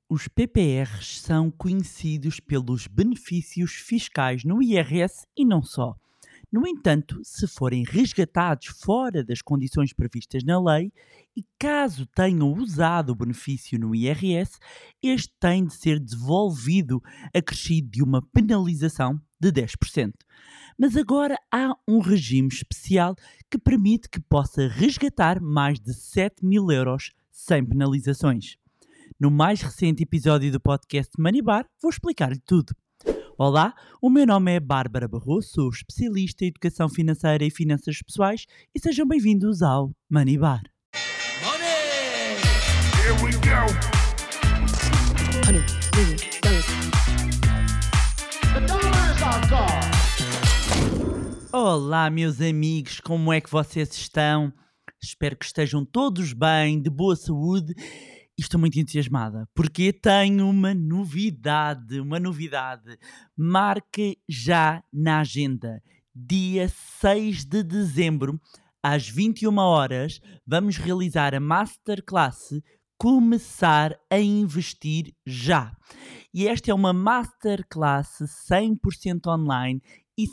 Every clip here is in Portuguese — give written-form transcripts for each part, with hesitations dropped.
Os PPRs são conhecidos pelos benefícios fiscais no IRS e não só. No entanto, se forem resgatados fora das condições previstas na lei e caso tenham usado o benefício no IRS, este tem de ser devolvido acrescido de uma penalização de 10%. Mas agora há um regime especial que permite que possa resgatar mais de 7.000 € sem penalizações. No mais recente episódio do podcast Money Bar, vou explicar-lhe tudo. Olá, o meu nome é Bárbara Barroso, sou especialista em educação financeira e finanças pessoais e sejam bem-vindos ao Money Bar. Money! Here we go! The dollars are gone! Olá, meus amigos, como é que vocês estão? Espero que estejam todos bem, de boa saúde. E estou muito entusiasmada, porque tenho uma novidade. Marque já na agenda. Dia 6 de dezembro, às 21 horas, vamos realizar a Masterclass Começar a Investir Já. E esta é uma Masterclass 100% online e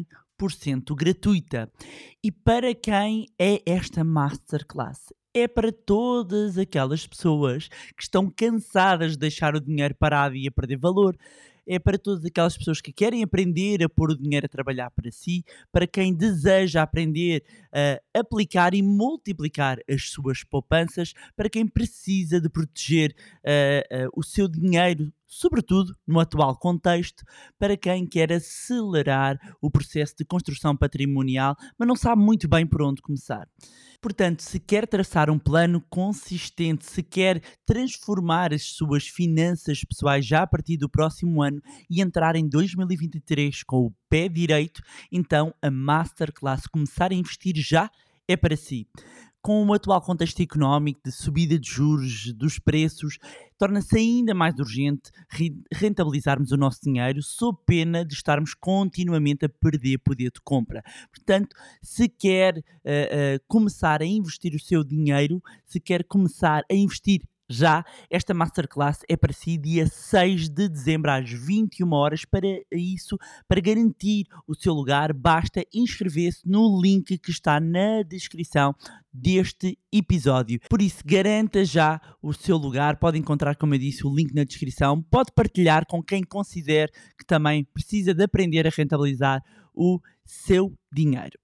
100% gratuita. E para quem é esta Masterclass? É para todas aquelas pessoas que estão cansadas de deixar o dinheiro parado e a perder valor. É para todas aquelas pessoas que querem aprender a pôr o dinheiro a trabalhar para si, para quem deseja aprender a aplicar e multiplicar as suas poupanças, para quem precisa de proteger o seu dinheiro, sobretudo no atual contexto, para quem quer acelerar o processo de construção patrimonial, mas não sabe muito bem por onde começar. Portanto, se quer traçar um plano consistente, se quer transformar as suas finanças pessoais já a partir do próximo ano e entrar em 2023 com o pé direito, então a Masterclass Começar a Investir Já é para si. Com o atual contexto económico de subida de juros, dos preços, torna-se ainda mais urgente rentabilizarmos o nosso dinheiro sob pena de estarmos continuamente a perder poder de compra. Portanto, se quer começar a investir o seu dinheiro, se quer começar a investir já, esta Masterclass é para si dia 6 de dezembro às 21 horas. Para isso, para garantir o seu lugar, basta inscrever-se no link que está na descrição deste episódio. Por isso, garanta já o seu lugar. Pode encontrar, como eu disse, o link na descrição. Pode partilhar com quem considere que também precisa de aprender a rentabilizar o seu dinheiro.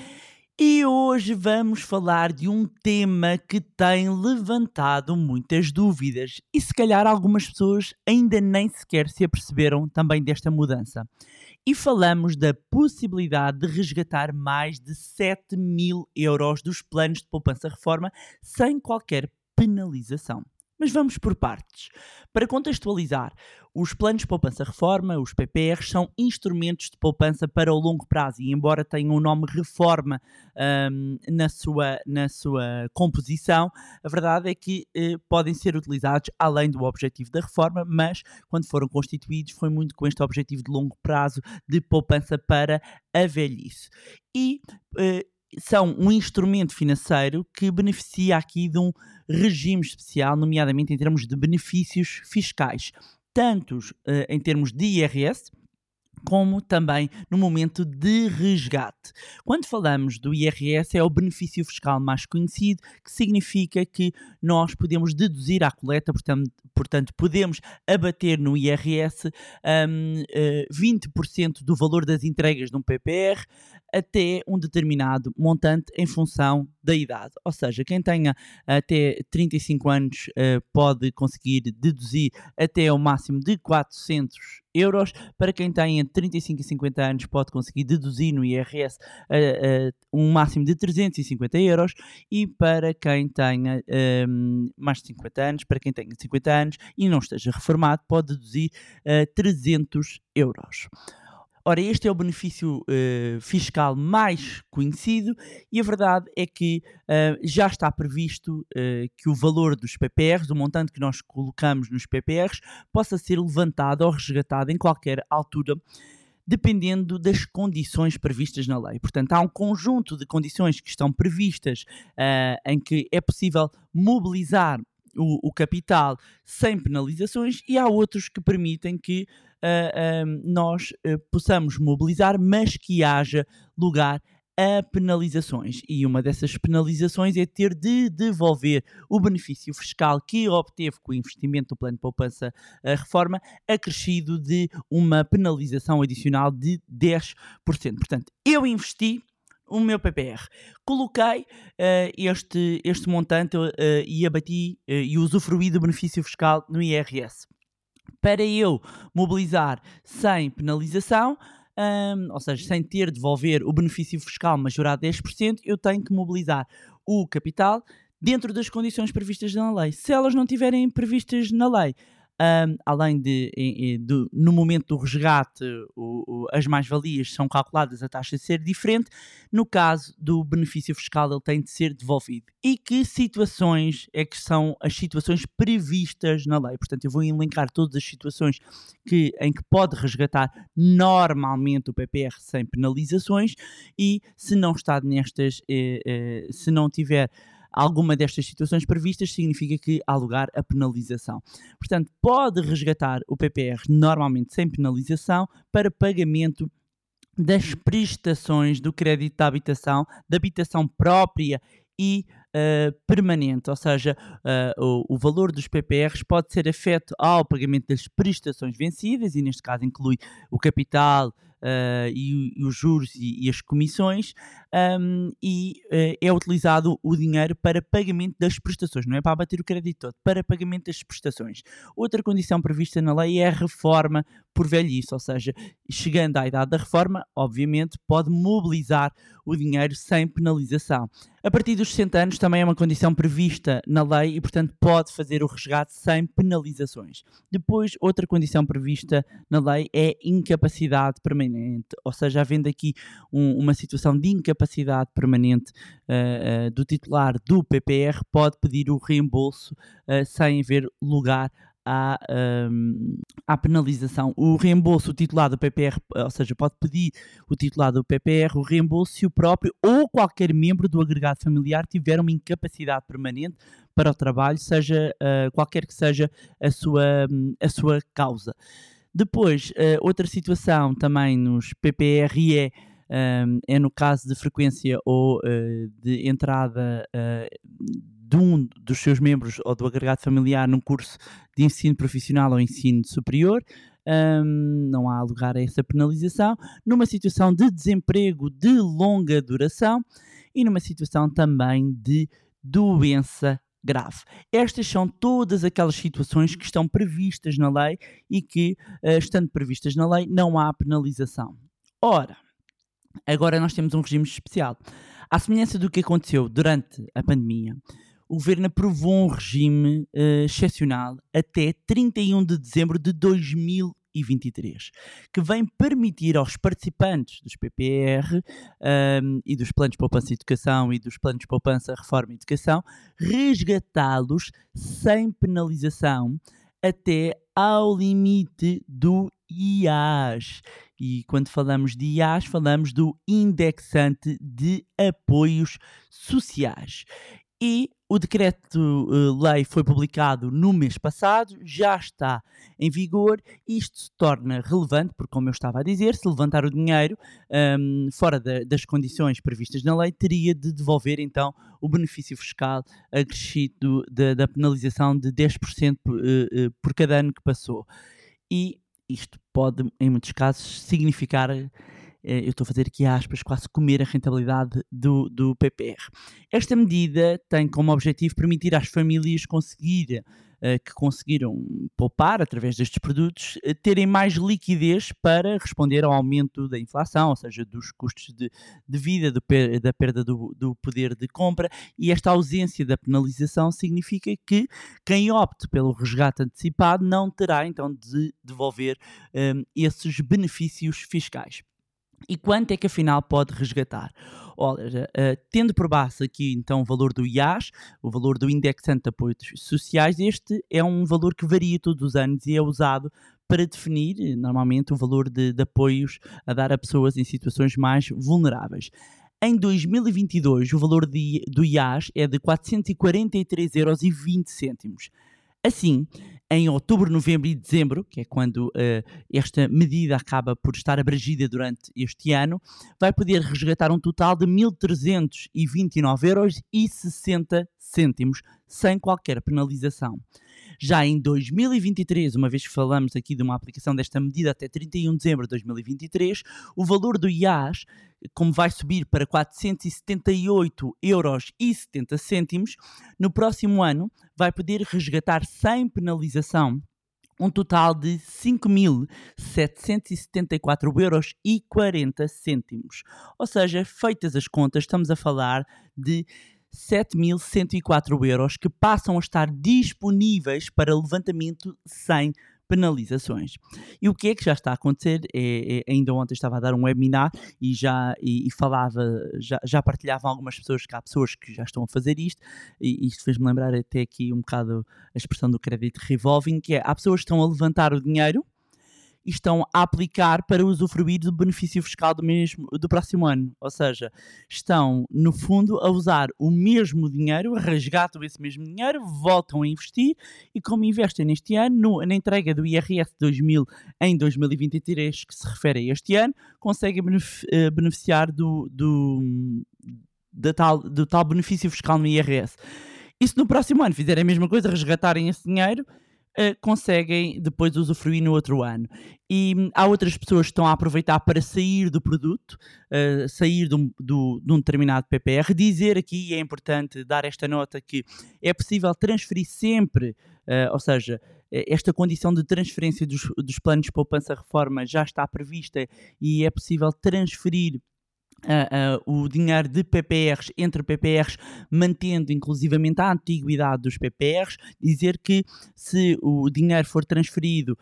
E hoje vamos falar de um tema que tem levantado muitas dúvidas e se calhar algumas pessoas ainda nem sequer se aperceberam também desta mudança. E falamos da possibilidade de resgatar mais de 7.000 € dos planos de poupança-reforma sem qualquer penalização. Mas vamos por partes. Para contextualizar, os planos de poupança-reforma, os PPRs, são instrumentos de poupança para o longo prazo e embora tenham o nome reforma na sua composição, a verdade é que podem ser utilizados além do objetivo da reforma, mas quando foram constituídos foi muito com este objetivo de longo prazo de poupança para a velhice. E são um instrumento financeiro que beneficia aqui de um regime especial, nomeadamente em termos de benefícios fiscais, tanto em termos de IRS, como também no momento de resgate. Quando falamos do IRS, é o benefício fiscal mais conhecido, que significa que nós podemos deduzir à coleta, portanto podemos abater no IRS 20% do valor das entregas de um PPR até um determinado montante em função da idade. Ou seja, quem tenha até 35 anos pode conseguir deduzir até ao máximo de 400 euros. Para quem tem entre 35 e 50 anos pode conseguir deduzir no IRS um máximo de 350 euros e para quem tenha mais de 50 anos, para quem tenha 50 anos e não esteja reformado, pode deduzir 300 euros. Ora, este é o benefício fiscal mais conhecido e a verdade é que já está previsto que o valor dos PPRs, o montante que nós colocamos nos PPRs, possa ser levantado ou resgatado em qualquer altura, dependendo das condições previstas na lei. Portanto, há um conjunto de condições que estão previstas em que é possível mobilizar o capital sem penalizações, e há outros que permitem que nós possamos mobilizar, mas que haja lugar a penalizações. E uma dessas penalizações é ter de devolver o benefício fiscal que obteve com o investimento do plano de poupança reforma, acrescido de uma penalização adicional de 10%. Portanto, eu investi o meu PPR, coloquei este montante e abati e usufruí do benefício fiscal no IRS. Para eu mobilizar sem penalização, ou seja, sem ter de devolver o benefício fiscal majorado a 10%, eu tenho que mobilizar o capital dentro das condições previstas na lei. Se elas não estiverem previstas na lei, além de no momento do resgate as mais-valias são calculadas, a taxa de ser diferente, no caso do benefício fiscal ele tem de ser devolvido. E que situações é que são as situações previstas na lei? Portanto, eu vou elencar todas as situações em que pode resgatar normalmente o PPR sem penalizações, e se não está nestas, se não tiver alguma destas situações previstas, significa que há lugar a penalização. Portanto, pode resgatar o PPR normalmente sem penalização para pagamento das prestações do crédito de habitação própria e permanente, ou seja, o valor dos PPRs pode ser afeto ao pagamento das prestações vencidas, e neste caso inclui o capital e os juros e as comissões, e é utilizado o dinheiro para pagamento das prestações, não é para abater o crédito todo, para pagamento das prestações. Outra condição prevista na lei é a reforma por velhice, ou seja, chegando à idade da reforma, obviamente pode mobilizar o dinheiro sem penalização. A partir dos 60 anos também é uma condição prevista na lei e, portanto, pode fazer o resgate sem penalizações. Depois, outra condição prevista na lei é incapacidade permanente, ou seja, havendo aqui uma situação de incapacidade permanente do titular do PPR, pode pedir o reembolso sem haver lugar à penalização. O reembolso, o titular do PPR, ou seja, pode pedir o titular do PPR o reembolso se o próprio ou qualquer membro do agregado familiar tiver uma incapacidade permanente para o trabalho, seja qualquer que seja a sua causa. Depois, outra situação também nos PPR é no caso de frequência ou de entrada de um dos seus membros ou do agregado familiar num curso de ensino profissional ou ensino superior. Não há lugar a essa penalização. Numa situação de desemprego de longa duração e numa situação também de doença grave. Estas são todas aquelas situações que estão previstas na lei e que, estando previstas na lei, não há penalização. Ora, agora nós temos um regime especial. À semelhança do que aconteceu durante a pandemia, o Governo aprovou um regime excepcional até 31 de dezembro de 2023, que vem permitir aos participantes dos PPR e dos planos de poupança e educação e dos planos de poupança, reforma e educação, resgatá-los sem penalização até ao limite do IAS. E quando falamos de IAS, falamos do indexante de apoios sociais. E o decreto-lei foi publicado no mês passado, já está em vigor. Isto se torna relevante porque, como eu estava a dizer, se levantar o dinheiro fora das condições previstas na lei, teria de devolver então o benefício fiscal acrescido da penalização de 10% por cada ano que passou. E isto pode, em muitos casos, significar, eu estou a fazer aqui aspas, quase comer a rentabilidade do PPR. Esta medida tem como objetivo permitir às famílias que conseguiram poupar através destes produtos, terem mais liquidez para responder ao aumento da inflação, ou seja, dos custos de vida, da perda do poder de compra, e esta ausência da penalização significa que quem opte pelo resgate antecipado não terá então de devolver esses benefícios fiscais. E quanto é que afinal pode resgatar? Olha, tendo por base aqui então o valor do IAS, o valor do indexante de apoios sociais, este é um valor que varia todos os anos e é usado para definir normalmente o valor de apoios a dar a pessoas em situações mais vulneráveis. Em 2022, o valor do IAS é de 443,20€. Assim, em outubro, novembro e dezembro, que é quando esta medida acaba por estar abrangida durante este ano, vai poder resgatar um total de 1.329,60€, sem qualquer penalização. Já em 2023, uma vez que falamos aqui de uma aplicação desta medida até 31 de dezembro de 2023, o valor do IAS, como vai subir para 478,70€, no próximo ano vai poder resgatar sem penalização um total de 5.774,40€. Ou seja, feitas as contas, estamos a falar de 7.104€ que passam a estar disponíveis para levantamento sem penalizações. E o que é que já está a acontecer? Ainda ontem estava a dar um webinar e já partilhavam algumas pessoas, que há pessoas que já estão a fazer isto, e isto fez-me lembrar até aqui um bocado a expressão do crédito revolving, que é, há pessoas que estão a levantar o dinheiro e estão a aplicar para usufruir do benefício fiscal do próximo ano. Ou seja, estão, no fundo, a usar o mesmo dinheiro, resgatam esse mesmo dinheiro, voltam a investir e, como investem neste ano, na entrega do IRS 2000 em 2023, que se refere a este ano, conseguem beneficiar do tal benefício fiscal no IRS. E se no próximo ano fizerem a mesma coisa, resgatarem esse dinheiro, conseguem depois usufruir no outro ano. E há outras pessoas que estão a aproveitar para sair do produto, sair de um determinado PPR. Dizer aqui, é importante dar esta nota, que é possível transferir sempre, ou seja, esta condição de transferência dos planos de poupança-reforma já está prevista e é possível transferir o dinheiro de PPRs entre PPRs, mantendo inclusivamente a antiguidade dos PPRs. Dizer que se o dinheiro for transferido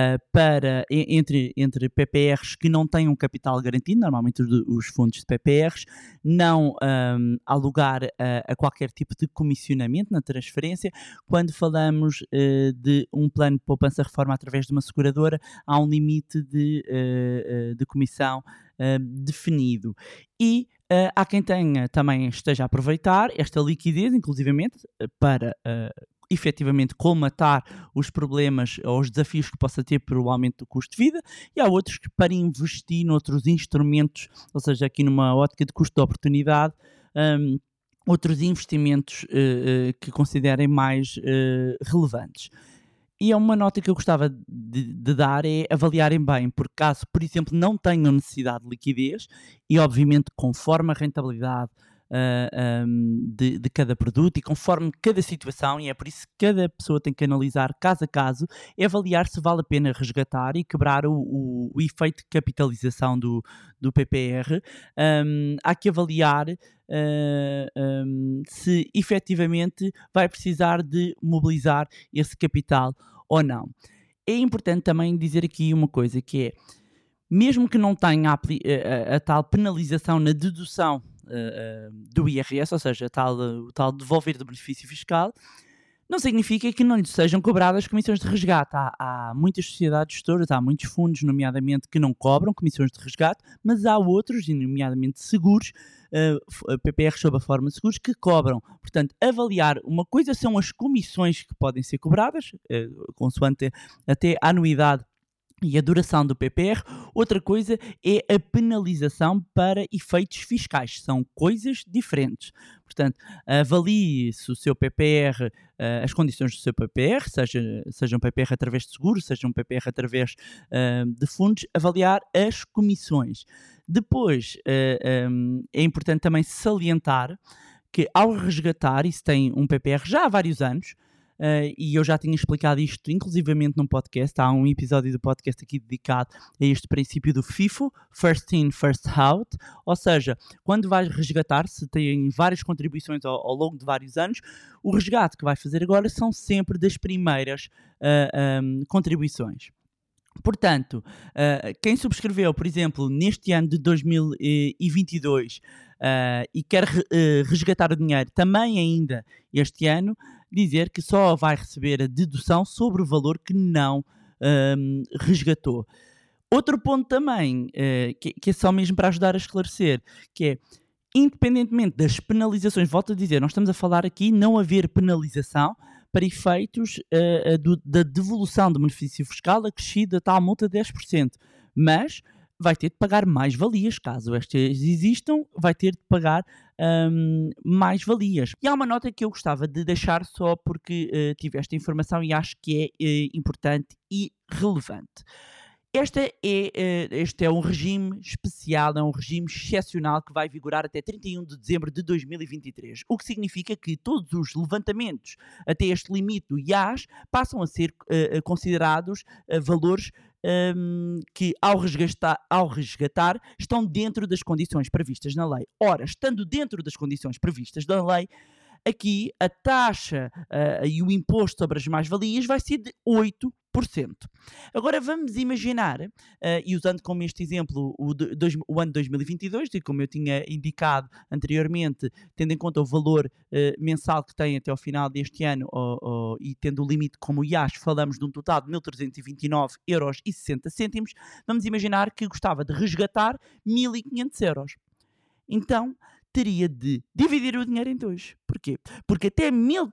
entre PPRs que não tenham capital garantido, normalmente os fundos de PPRs, não há lugar a qualquer tipo de comissionamento na transferência. Quando falamos de um plano de poupança-reforma através de uma seguradora, há um limite de comissão definido. E há quem também esteja a aproveitar esta liquidez, inclusivamente, para efetivamente colmatar os problemas ou os desafios que possa ter pelo aumento do custo de vida, e há outros que, para investir noutros instrumentos, ou seja, aqui numa ótica de custo de oportunidade, outros investimentos que considerem mais relevantes. E é uma nota que eu gostava de dar, é avaliarem bem, porque caso, por exemplo, não tenham necessidade de liquidez, e obviamente conforme a rentabilidade de cada produto e conforme cada situação, e é por isso que cada pessoa tem que analisar caso a caso, é avaliar se vale a pena resgatar e quebrar o efeito de capitalização do PPR. Há que avaliar se efetivamente vai precisar de mobilizar esse capital ou não. É importante também dizer aqui uma coisa, que é, mesmo que não tenha a tal penalização na dedução do IRS, ou seja, o tal devolver do benefício fiscal, não significa que não lhe sejam cobradas comissões de resgate. Há muitas sociedades gestoras, há muitos fundos, nomeadamente, que não cobram comissões de resgate, mas há outros, nomeadamente seguros, PPR sob a forma de seguros, que cobram. Portanto, avaliar, uma coisa são as comissões que podem ser cobradas, consoante até a anuidade e a duração do PPR. Outra coisa é a penalização para efeitos fiscais. São coisas diferentes. Portanto, avalie se o seu PPR, as condições do seu PPR, seja um PPR através de seguro, seja um PPR através de fundos, avaliar as comissões. Depois, é importante também salientar que, ao resgatar, e se tem um PPR já há vários anos, e eu já tinha explicado isto inclusivamente num podcast, há um episódio do podcast aqui dedicado a este princípio do FIFO, First In, First Out, ou seja, quando vais resgatar, se tem várias contribuições ao longo de vários anos, o resgate que vai fazer agora são sempre das primeiras contribuições. Portanto, quem subscreveu, por exemplo, neste ano de 2022 e quer resgatar o dinheiro também ainda este ano, dizer que só vai receber a dedução sobre o valor que não resgatou. Outro ponto também, que é só mesmo para ajudar a esclarecer, que é, independentemente das penalizações, volto a dizer, nós estamos a falar aqui não haver penalização para efeitos da devolução do benefício fiscal acrescido a tal multa de 10%, mas vai ter de pagar mais-valias, caso estas existam, vai ter de pagar mais-valias. E há uma nota que eu gostava de deixar só porque tive esta informação e acho que é importante e relevante. Este é um regime especial, é um regime excepcional que vai vigorar até 31 de dezembro de 2023, o que significa que todos os levantamentos até este limite do IAS passam a ser considerados valores que ao resgatar estão dentro das condições previstas na lei. Ora, estando dentro das condições previstas na lei, aqui a taxa e o imposto sobre as mais-valias vai ser de 8%. Agora vamos imaginar, e usando como este exemplo o ano 2022, e como eu tinha indicado anteriormente, tendo em conta o valor mensal que tem até ao final deste ano e tendo o limite como o IAS, falamos de um total de 1.329,60€, vamos imaginar que gostava de resgatar 1.500€. Então, teria de dividir o dinheiro em dois. Porquê? Porque até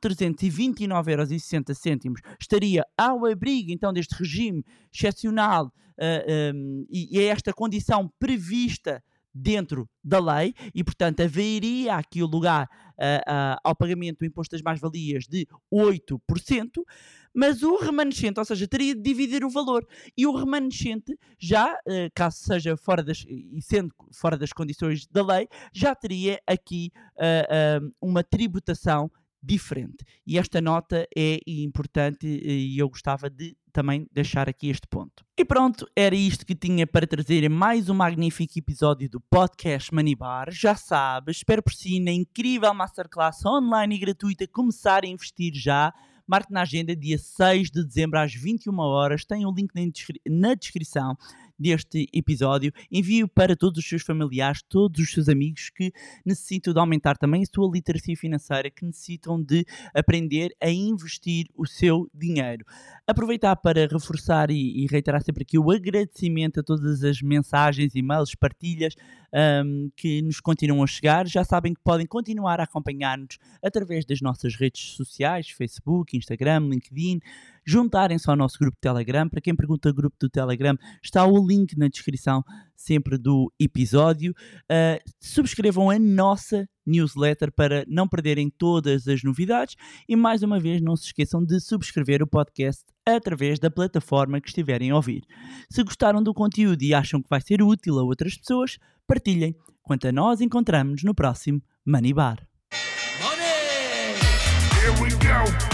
1.329,60€ estaria ao abrigo, então, deste regime excepcional e é esta condição prevista dentro da lei e, portanto, haveria aqui o lugar ao pagamento do imposto das mais-valias de 8%, mas o remanescente, ou seja, teria de dividir o valor. E o remanescente, já, caso seja sendo fora das condições da lei, já teria aqui uma tributação diferente. E esta nota é importante e eu gostava de também deixar aqui este ponto. E pronto, era isto que tinha para trazer em mais um magnífico episódio do podcast Money Bar. Já sabes, espero por si na incrível masterclass online e gratuita Começar a Investir Já. Marque na agenda, dia 6 de dezembro às 21h. Tem o link na descrição deste episódio. Envie-o para todos os seus familiares, todos os seus amigos que necessitam de aumentar também a sua literacia financeira, que necessitam de aprender a investir o seu dinheiro. Aproveitar para reforçar e reiterar sempre aqui o agradecimento a todas as mensagens, e-mails, partilhas que nos continuam a chegar. Já sabem que podem continuar a acompanhar-nos através das nossas redes sociais, Facebook, Instagram, LinkedIn, juntarem-se ao nosso grupo de Telegram. Para quem pergunta o grupo do Telegram, está o link na descrição sempre do episódio. Subscrevam a nossa newsletter para não perderem todas as novidades e, mais uma vez, não se esqueçam de subscrever o podcast através da plataforma que estiverem a ouvir. Se gostaram do conteúdo e acham que vai ser útil a outras pessoas, partilhem. Quanto a nós, encontramos-nos no próximo Money Bar. Money! Here we go!